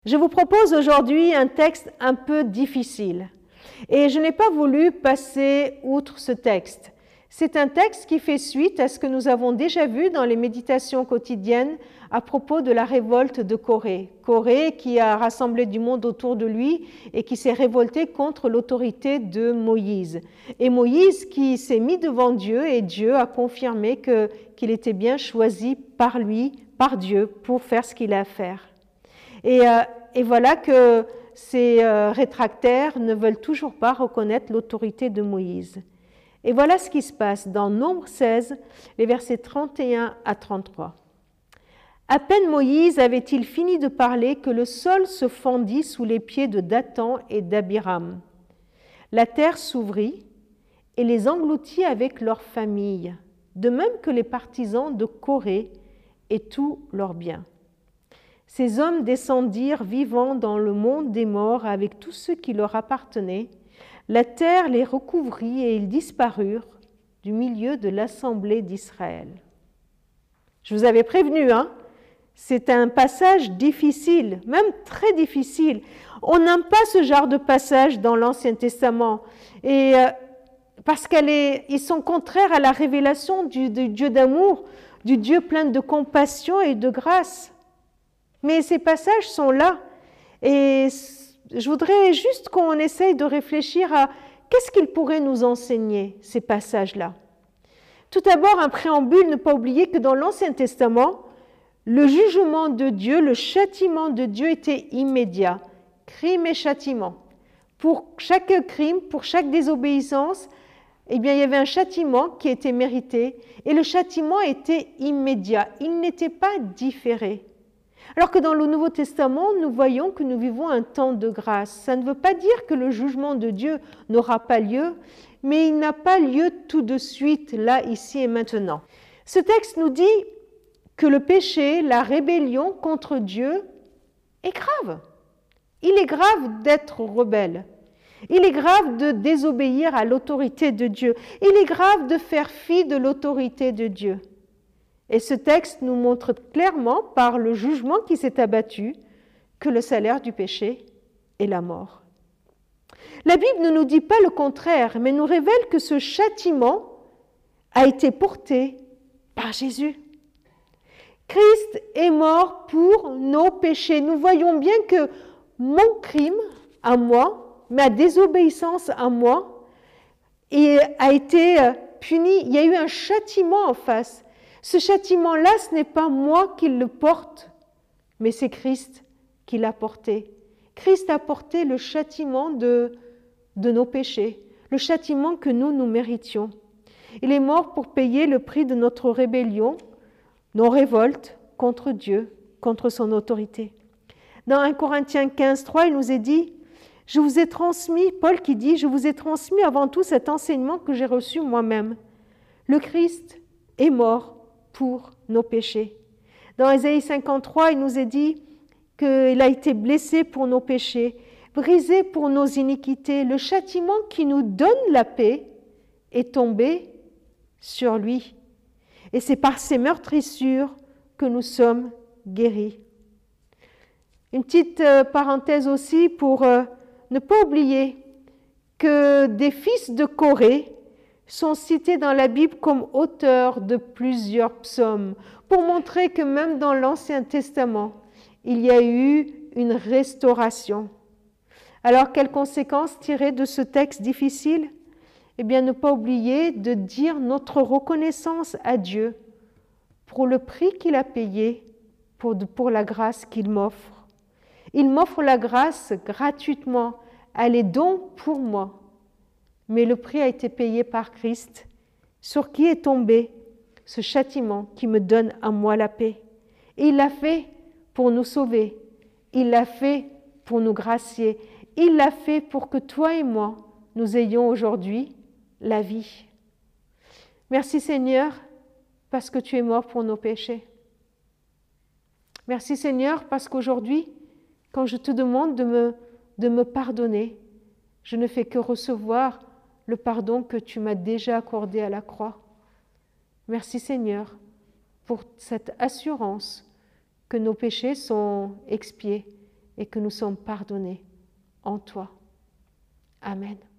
Je vous propose aujourd'hui un texte un peu difficile et je n'ai pas voulu passer outre ce texte. C'est un texte qui fait suite à ce que nous avons déjà vu dans les méditations quotidiennes à propos de la révolte de Corée. Corée qui a rassemblé du monde autour de lui et qui s'est révolté contre l'autorité de Moïse. Et Moïse qui s'est mis devant Dieu et Dieu a confirmé qu'il était bien choisi par lui, par Dieu, pour faire ce qu'il a à faire. Et voilà que ces rétractaires ne veulent toujours pas reconnaître l'autorité de Moïse. Et voilà ce qui se passe dans Nombre 16, les versets 31 à 33. À peine Moïse avait-il fini de parler que le sol se fendit sous les pieds de Dathan et d'Abiram. La terre s'ouvrit et les engloutit avec leurs familles, de même que les partisans de Corée et tous leurs biens. Ces hommes descendirent vivants dans le monde des morts avec tous ceux qui leur appartenaient. La terre les recouvrit et ils disparurent du milieu de l'assemblée d'Israël. Je vous avais prévenu, c'est un passage difficile, même très difficile. On n'aime pas ce genre de passage dans l'Ancien Testament parce qu'ils sont contraires à la révélation du Dieu d'amour, du Dieu plein de compassion et de grâce. Mais ces passages sont là et je voudrais juste qu'on essaye de réfléchir à qu'est-ce qu'ils pourraient nous enseigner, ces passages-là. Tout d'abord, un préambule, ne pas oublier que dans l'Ancien Testament, le jugement de Dieu, le châtiment de Dieu était immédiat, crime et châtiment. Pour chaque crime, pour chaque désobéissance, il y avait un châtiment qui était mérité et le châtiment était immédiat, il n'était pas différé. Alors que dans le Nouveau Testament, nous voyons que nous vivons un temps de grâce. Ça ne veut pas dire que le jugement de Dieu n'aura pas lieu, mais il n'a pas lieu tout de suite, là, ici et maintenant. Ce texte nous dit que le péché, la rébellion contre Dieu est grave. Il est grave d'être rebelle. Il est grave de désobéir à l'autorité de Dieu. Il est grave de faire fi de l'autorité de Dieu. Et ce texte nous montre clairement, par le jugement qui s'est abattu, que le salaire du péché est la mort. La Bible ne nous dit pas le contraire, mais nous révèle que ce châtiment a été porté par Jésus. Christ est mort pour nos péchés. Nous voyons bien que mon crime à moi, ma désobéissance à moi, a été puni. Il y a eu un châtiment en face. Ce châtiment-là, ce n'est pas moi qui le porte, mais c'est Christ qui l'a porté. Christ a porté le châtiment de nos péchés, le châtiment que nous méritions. Il est mort pour payer le prix de notre rébellion, nos révoltes contre Dieu, contre son autorité. Dans 1 Corinthiens 15, 3, il nous est dit, je vous ai transmis, Paul qui dit, je vous ai transmis avant tout cet enseignement que j'ai reçu moi-même. Le Christ est mort pour nos péchés. Dans Ésaïe 53, il nous est dit qu'il a été blessé pour nos péchés, brisé pour nos iniquités. Le châtiment qui nous donne la paix est tombé sur lui. Et c'est par ses meurtrissures que nous sommes guéris. Une petite parenthèse aussi pour ne pas oublier que des fils de Corée sont cités dans la Bible comme auteurs de plusieurs psaumes, pour montrer que même dans l'Ancien Testament, il y a eu une restauration. Alors, quelles conséquences tirer de ce texte difficile ? Eh bien, ne pas oublier de dire notre reconnaissance à Dieu pour le prix qu'il a payé, pour la grâce qu'il m'offre. Il m'offre la grâce gratuitement, elle est don pour moi. Mais le prix a été payé par Christ, sur qui est tombé ce châtiment qui me donne à moi la paix. Et il l'a fait pour nous sauver, il l'a fait pour nous gracier, il l'a fait pour que toi et moi, nous ayons aujourd'hui la vie. Merci Seigneur, parce que tu es mort pour nos péchés. Merci Seigneur, parce qu'aujourd'hui, quand je te demande de me pardonner, je ne fais que recevoir le pardon que tu m'as déjà accordé à la croix. Merci Seigneur pour cette assurance que nos péchés sont expiés et que nous sommes pardonnés en toi. Amen.